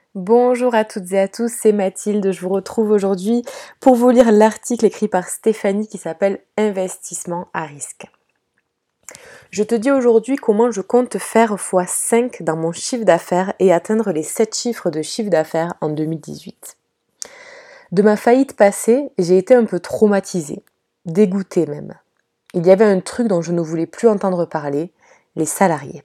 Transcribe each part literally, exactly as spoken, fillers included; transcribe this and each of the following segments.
Bonjour à toutes et à tous, c'est Mathilde. Je vous retrouve aujourd'hui pour vous lire l'article écrit par Stéphanie qui s'appelle Investissement à risque. Je te dis aujourd'hui comment je compte faire fois cinq dans mon chiffre d'affaires et atteindre les sept chiffres de chiffre d'affaires en deux mille dix-huit. De ma faillite passée, j'ai été un peu traumatisée, dégoûtée même. Il y avait un truc dont je ne voulais plus entendre parler, les salariés.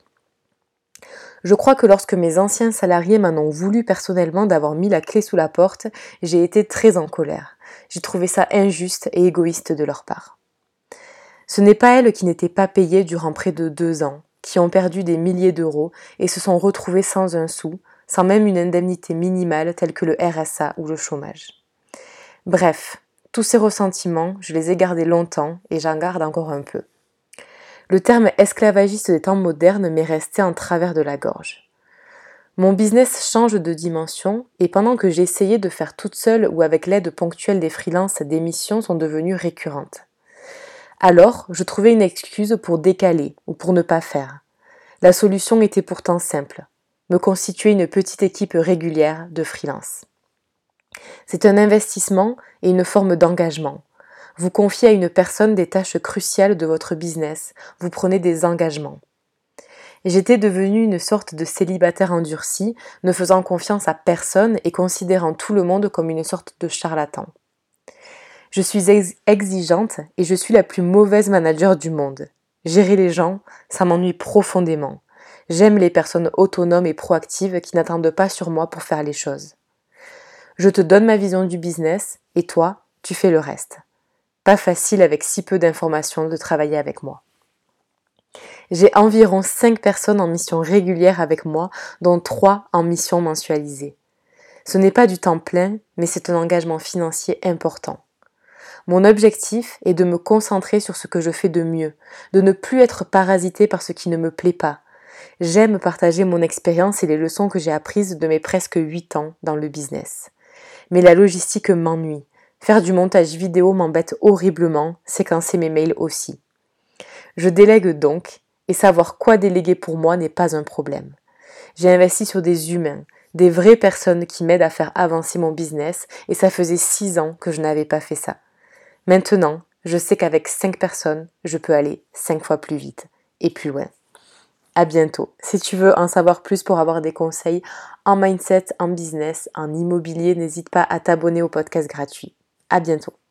Je crois que lorsque mes anciens salariés m'en ont voulu personnellement d'avoir mis la clé sous la porte, j'ai été très en colère. J'ai trouvé ça injuste et égoïste de leur part. Ce n'est pas elles qui n'étaient pas payées durant près de deux ans, qui ont perdu des milliers d'euros et se sont retrouvées sans un sou, sans même une indemnité minimale telle que le R S A ou le chômage. Bref, tous ces ressentiments, je les ai gardés longtemps et j'en garde encore un peu. Le terme esclavagiste des temps modernes m'est resté en travers de la gorge. Mon business change de dimension et pendant que j'essayais de faire toute seule ou avec l'aide ponctuelle des freelances, des missions sont devenues récurrentes. Alors, je trouvais une excuse pour décaler ou pour ne pas faire. La solution était pourtant simple, me constituer une petite équipe régulière de freelance. C'est un investissement et une forme d'engagement. Vous confiez à une personne des tâches cruciales de votre business, vous prenez des engagements. J'étais devenue une sorte de célibataire endurci, ne faisant confiance à personne et considérant tout le monde comme une sorte de charlatan. Je suis ex- exigeante et je suis la plus mauvaise manager du monde. Gérer les gens, ça m'ennuie profondément. J'aime les personnes autonomes et proactives qui n'attendent pas sur moi pour faire les choses. Je te donne ma vision du business et toi, tu fais le reste. Pas facile avec si peu d'informations de travailler avec moi. J'ai environ cinq personnes en mission régulière avec moi, dont trois en mission mensualisée. Ce n'est pas du temps plein, mais c'est un engagement financier important. Mon objectif est de me concentrer sur ce que je fais de mieux, de ne plus être parasitée par ce qui ne me plaît pas. J'aime partager mon expérience et les leçons que j'ai apprises de mes presque huit ans dans le business. Mais la logistique m'ennuie. Faire du montage vidéo m'embête horriblement, séquencer mes mails aussi. Je délègue donc, et savoir quoi déléguer pour moi n'est pas un problème. J'ai investi sur des humains, des vraies personnes qui m'aident à faire avancer mon business, et ça faisait six ans que je n'avais pas fait ça. Maintenant, je sais qu'avec cinq personnes, je peux aller cinq fois plus vite et plus loin. À bientôt. Si tu veux en savoir plus pour avoir des conseils en mindset, en business, en immobilier, n'hésite pas à t'abonner au podcast gratuit. À bientôt.